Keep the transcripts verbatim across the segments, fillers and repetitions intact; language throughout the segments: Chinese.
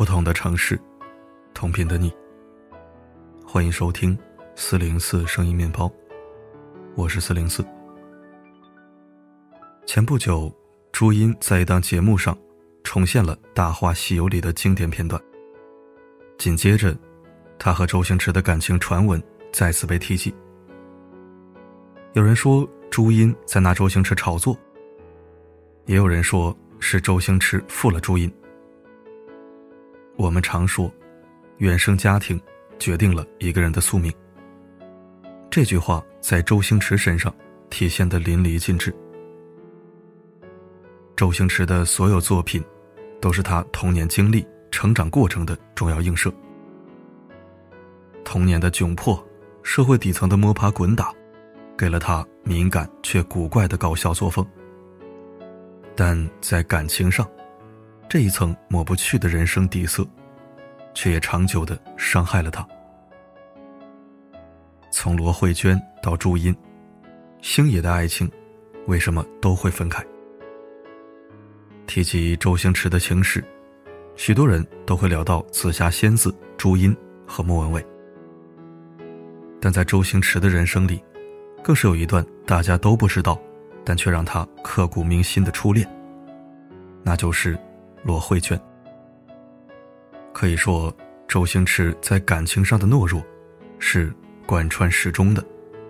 不同的城市，同频的你。欢迎收听四零四声音面包，我是四零四。前不久，朱茵在一档节目上重现了《大话西游》里的经典片段，紧接着她和周星驰的感情传闻再次被提及。有人说朱茵在拿周星驰炒作，也有人说是周星驰负了朱茵。我们常说原生家庭决定了一个人的宿命，这句话在周星驰身上体现得淋漓尽致。周星驰的所有作品都是他童年经历成长过程的重要映射。童年的窘迫，社会底层的摸爬滚打，给了他敏感却古怪的搞笑作风。但在感情上，这一层抹不去的人生底色，却也长久地伤害了他。从罗慧娟到朱茵，星爷的爱情为什么都会分开？提及周星驰的情史，许多人都会聊到紫霞仙子、朱茵和莫文蔚。但在周星驰的人生里，更是有一段大家都不知道，但却让他刻骨铭心的初恋，那就是罗慧娟。可以说，周星驰在感情上的懦弱是贯穿始终的。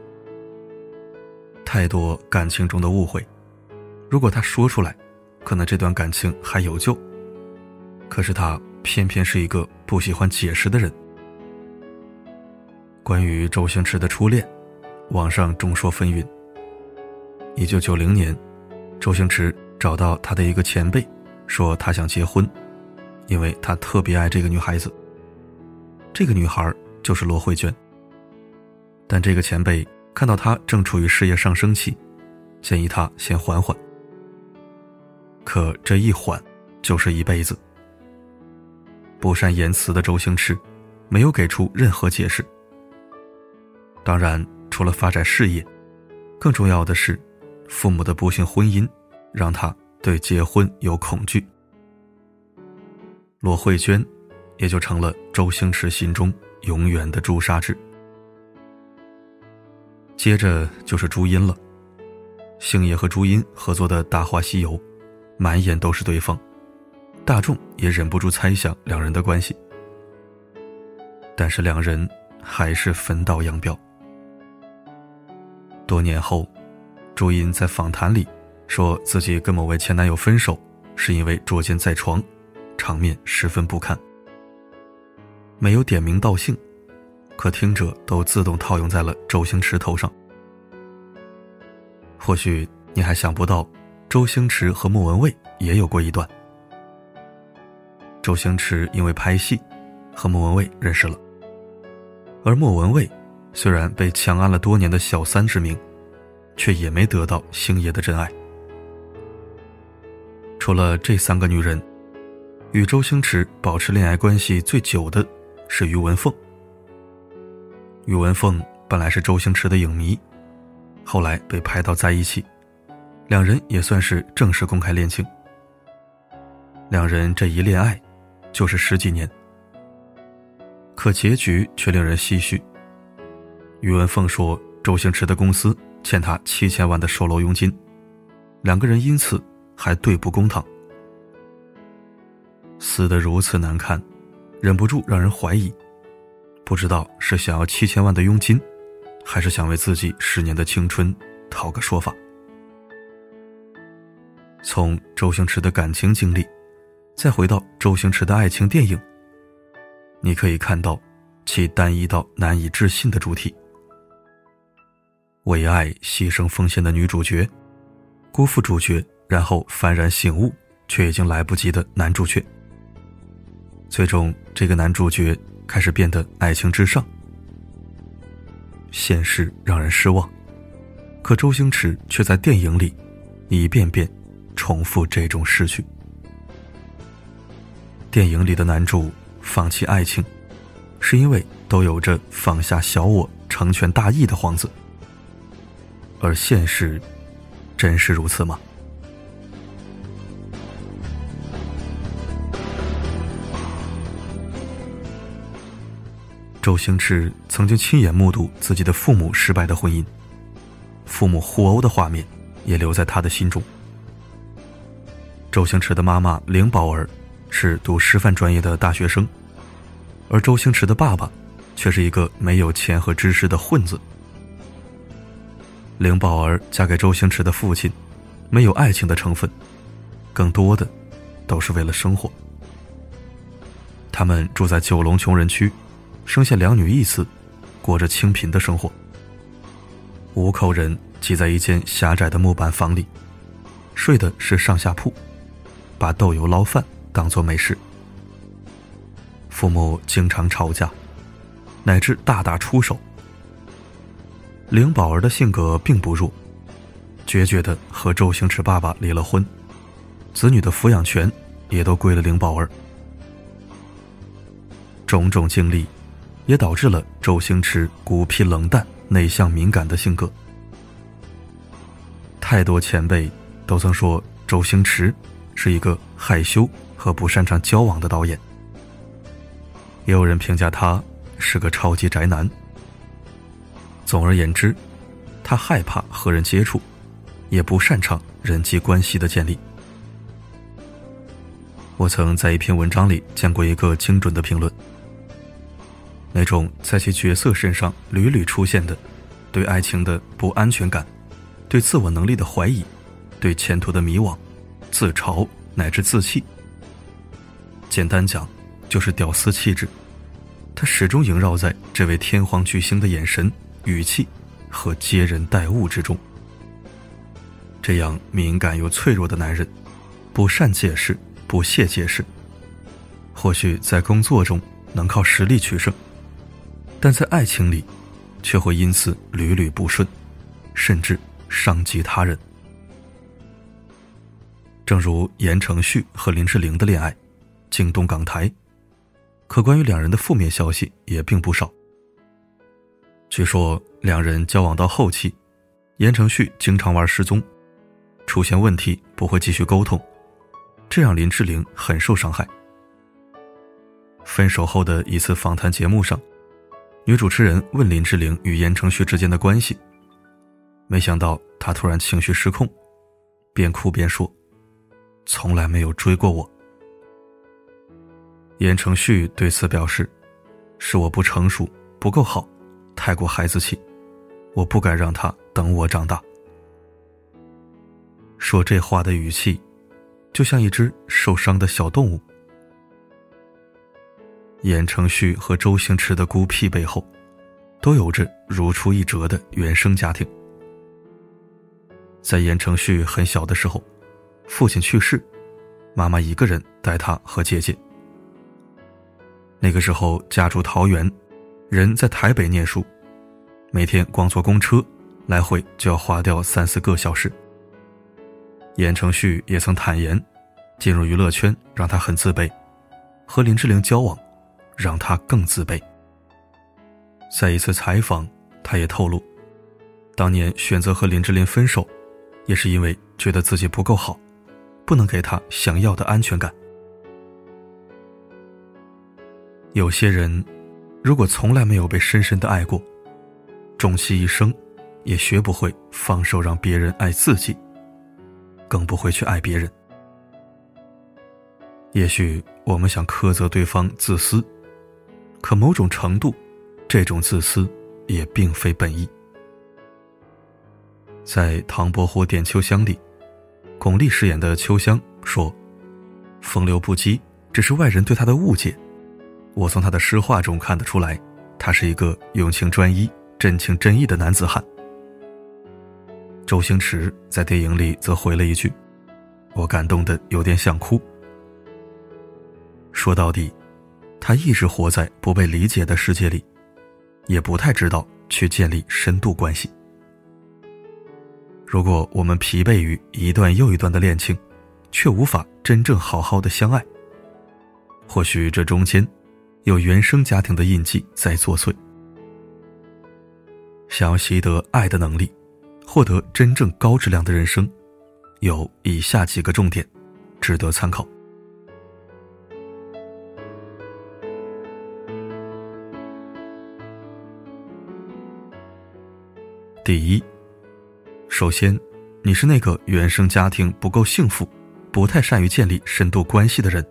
太多感情中的误会，如果他说出来，可能这段感情还有救，可是他偏偏是一个不喜欢解释的人。关于周星驰的初恋，网上众说纷纭。一九九零年，周星驰找到他的一个前辈，说他想结婚，因为他特别爱这个女孩子。这个女孩就是罗慧娟。但这个前辈看到他正处于事业上升期，建议他先缓缓。可这一缓就是一辈子。不善言辞的周星驰没有给出任何解释。当然，除了发展事业，更重要的是父母的不幸婚姻让他对结婚有恐惧。罗慧娟也就成了周星驰心中永远的朱砂痣。接着就是朱茵了。星爷和朱茵合作的《大话西游》满眼都是对方，大众也忍不住猜想两人的关系。但是两人还是分道扬镳。多年后，朱茵在访谈里说自己跟某位前男友分手是因为捉奸在床，场面十分不堪。没有点名道姓，可听者都自动套用在了周星驰头上。或许你还想不到，周星驰和莫文蔚也有过一段。周星驰因为拍戏和莫文蔚认识了，而莫文蔚虽然被强安了多年的小三之名，却也没得到星爷的真爱。除了这三个女人，与周星驰保持恋爱关系最久的是于文凤。于文凤本来是周星驰的影迷，后来被拍到在一起，两人也算是正式公开恋情。两人这一恋爱就是十几年，可结局却令人唏嘘。于文凤说周星驰的公司欠他七千万的售楼佣金，两个人因此还对簿公堂。死得如此难看，忍不住让人怀疑，不知道是想要七千万的佣金，还是想为自己十年的青春讨个说法。从周星驰的感情经历，再回到周星驰的爱情电影，你可以看到其单一到难以置信的主题。为爱牺牲奉献的女主角，辜负主角然后幡然醒悟却已经来不及的男主角。最终这个男主角开始变得爱情至上。现实让人失望，可周星驰却在电影里一遍遍重复这种逝去。电影里的男主放弃爱情，是因为都有着放下小我成全大义的幌子。而现实真是如此吗？ 周星驰曾经亲眼目睹自己的父母失败的婚姻，父母互殴的画面也留在他的心中。周星驰的妈妈凌宝儿是读师范专业的大学生，而周星驰的爸爸却是一个没有钱和知识的混子。凌宝儿嫁给周星驰的父亲，没有爱情的成分，更多的都是为了生活。他们住在九龙穷人区，生下两女一子，过着清贫的生活。五口人挤在一间狭窄的木板房里，睡的是上下铺，把豆油捞饭当作美食。父母经常吵架，乃至大打出手。凌宝儿的性格并不弱，决绝地和周星驰爸爸离了婚，子女的抚养权也都归了凌宝儿。种种经历也导致了周星驰孤僻冷淡、内向敏感的性格。太多前辈都曾说周星驰是一个害羞和不擅长交往的导演，也有人评价他是个超级宅男。总而言之，他害怕和人接触，也不擅长人际关系的建立。我曾在一篇文章里见过一个精准的评论，那种在其角色身上屡屡出现的对爱情的不安全感，对自我能力的怀疑，对前途的迷惘，自嘲乃至自弃，简单讲就是屌丝气质。他始终萦绕在这位天皇巨星的眼神、语气和接人待物之中。这样敏感又脆弱的男人，不善解释，不屑解释，或许在工作中能靠实力取胜，但在爱情里却会因此屡屡不顺，甚至伤及他人。正如言承旭和林志玲的恋爱惊动港台，可关于两人的负面消息也并不少。据说两人交往到后期，言承旭经常玩失踪，出现问题不会继续沟通，这让林志玲很受伤害。分手后的一次访谈节目上，女主持人问林志玲与言承旭之间的关系，没想到她突然情绪失控，边哭边说：“从来没有追过我。”言承旭对此表示：“是我不成熟，不够好，太过孩子气，我不该让他等我长大。”说这话的语气就像一只受伤的小动物。言承旭和周星驰的孤僻背后都有着如出一辙的原生家庭。在言承旭很小的时候，父亲去世，妈妈一个人带他和姐姐。那个时候家住桃园，人在台北念书，每天光坐公车来回就要花掉三四个小时。言承旭也曾坦言，进入娱乐圈让他很自卑，和林志玲交往让他更自卑。在一次采访，他也透露，当年选择和林志玲分手，也是因为觉得自己不够好，不能给他想要的安全感。有些人如果从来没有被深深的爱过，终其一生也学不会放手让别人爱自己，更不会去爱别人。也许我们想苛责对方自私，可某种程度，这种自私也并非本意。在《唐伯虎点秋香》里，巩俐饰演的秋香说：“风流不羁只是外人对他的误解，我从他的诗画中看得出来，他是一个用情专一、真情真意的男子汉。”周星驰在电影里则回了一句：“我感动得有点想哭。”说到底，他一直活在不被理解的世界里，也不太知道去建立深度关系。如果我们疲惫于一段又一段的恋情，却无法真正好好的相爱，或许这中间有原生家庭的印记在作祟。想要习得爱的能力，获得真正高质量的人生，有以下几个重点值得参考。 第一，首先，你是那个原生家庭不够幸福，不太善于建立深度关系的人。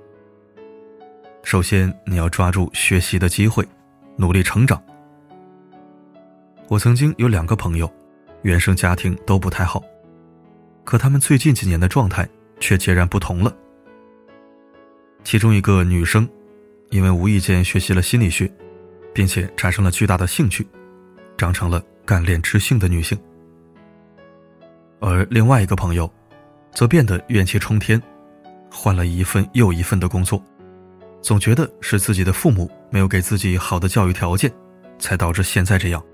首先，你要抓住学习的机会，努力成长。我曾经有两个朋友，原生家庭都不太好，可他们最近几年的状态却截然不同了。其中一个女生，因为无意间学习了心理学，并且产生了巨大的兴趣，长成了干练知性的女性。而另外一个朋友则变得怨气冲天，换了一份又一份的工作，总觉得是自己的父母没有给自己好的教育条件，才导致现在这样。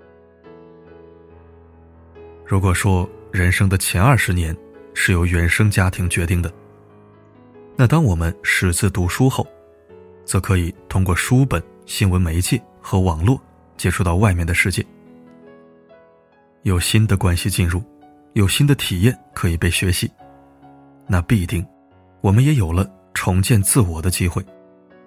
如果说人生的前二十年是由原生家庭决定的，那当我们识字读书后，则可以通过书本、新闻媒介和网络接触到外面的世界，有新的关系进入，有新的体验可以被学习，那必定我们也有了重建自我的机会。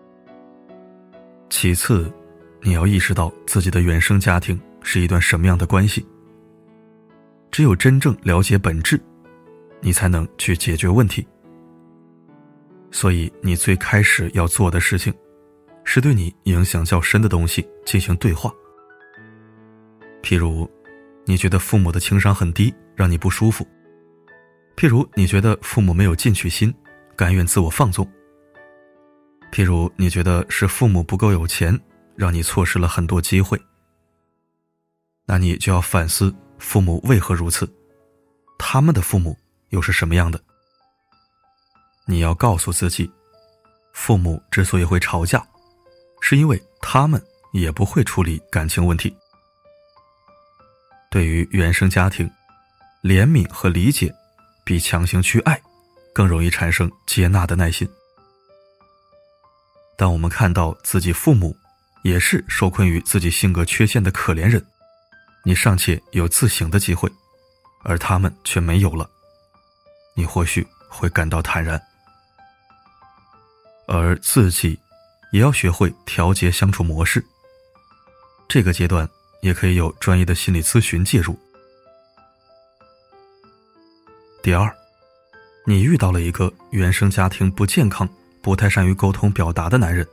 其次，你要意识到自己的原生家庭是一段什么样的关系。只有真正了解本质，你才能去解决问题。所以你最开始要做的事情，是对你影响较深的东西进行对话。譬如，你觉得父母的情商很低，让你不舒服；譬如，你觉得父母没有进取心，甘愿自我放纵；譬如，你觉得是父母不够有钱，让你错失了很多机会。那你就要反思父母为何如此，他们的父母又是什么样的。你要告诉自己，父母之所以会吵架，是因为他们也不会处理感情问题。对于原生家庭，怜悯和理解比强行去爱更容易产生接纳的耐心。当我们看到自己父母也是受困于自己性格缺陷的可怜人，你尚且有自省的机会，而他们却没有了，你或许会感到坦然。而自己也要学会调节相处模式，这个阶段也可以有专业的心理咨询介入。第二，你遇到了一个原生家庭不健康、不太善于沟通表达的男人。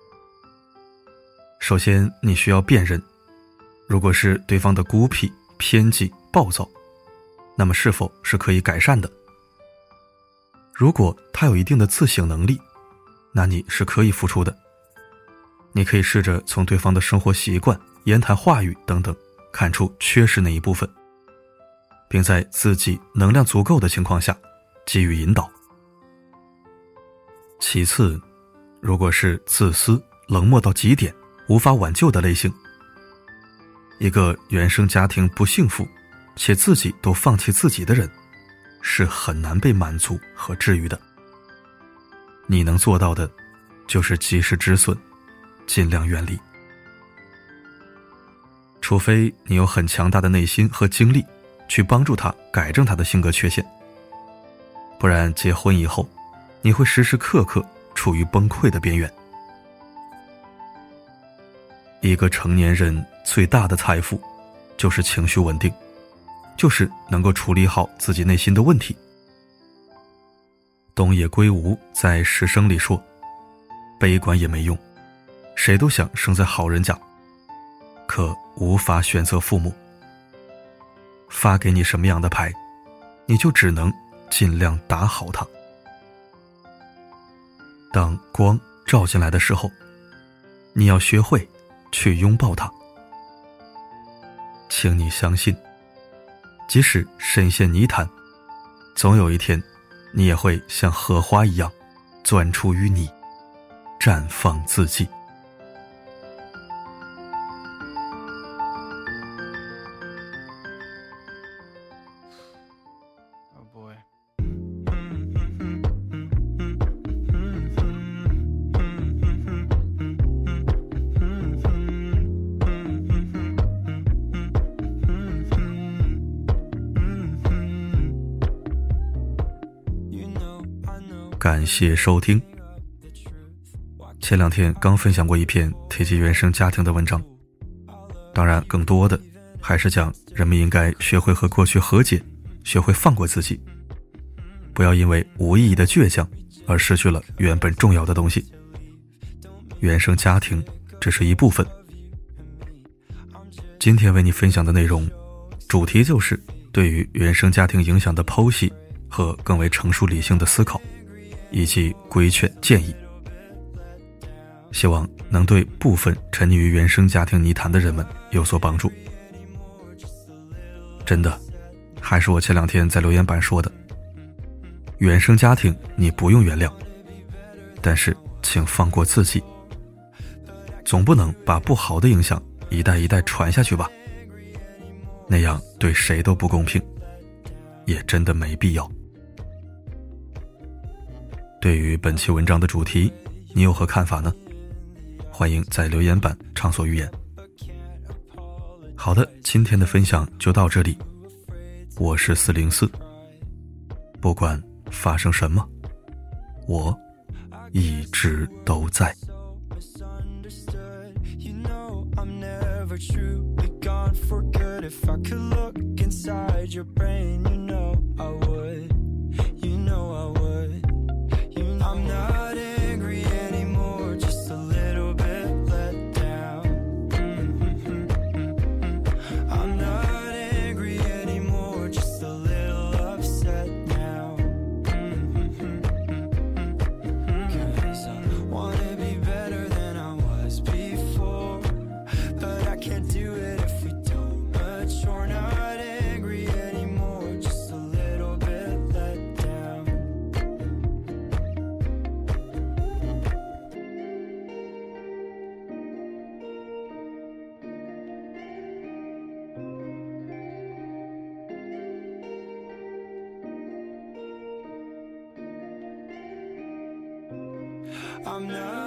首先，你需要辨认，如果是对方的孤僻、偏激、暴躁，那么是否是可以改善的？如果他有一定的自省能力，那你是可以付出的。你可以试着从对方的生活习惯、言谈话语等等看出缺失那一部分，并在自己能量足够的情况下给予引导。其次，如果是自私、冷漠到极点、无法挽救的类型，一个原生家庭不幸福且自己都放弃自己的人，是很难被满足和治愈的。你能做到的就是及时止损，尽量远离。除非你有很强大的内心和精力去帮助他改正他的性格缺陷，不然结婚以后你会时时刻刻处于崩溃的边缘。一个成年人最大的财富就是情绪稳定，就是能够处理好自己内心的问题。东野圭吾在《十生》里说，悲观也没用，谁都想生在好人家，可无法选择父母。发给你什么样的牌，你就只能尽量打好它。当光照进来的时候，你要学会去拥抱它。请你相信，即使深陷泥潭，总有一天你也会像荷花一样钻出淤泥，绽放自己。感谢收听。前两天刚分享过一篇提及原生家庭的文章，当然更多的还是讲人们应该学会和过去和解，学会放过自己，不要因为无意义的倔强而失去了原本重要的东西。原生家庭只是一部分。今天为你分享的内容主题就是对于原生家庭影响的剖析和更为成熟理性的思考，以及规劝建议，希望能对部分沉溺于原生家庭泥潭的人们有所帮助。真的，还是我前两天在留言板说的，原生家庭你不用原谅，但是请放过自己。总不能把不好的影响一代一代传下去吧，那样对谁都不公平，也真的没必要。对于本期文章的主题，你有何看法呢？欢迎在留言板畅所欲言。好的，今天的分享就到这里，我是四零四，不管发生什么，我一直都在。 Truly gone for good. If I could look inside your brain, you know I would. You know I would. You know I'm not angry anymore, just a little bit let down. Mm-hmm-hmm-hmm-hmm. I'm not angry anymore, just a little upset now. Mm-hmm-hmm-hmm-hmm. 'Cause I wanna be better than I was before, but I can't do it if we don't mature. Not angry anymore, just a little bit let down. I'm not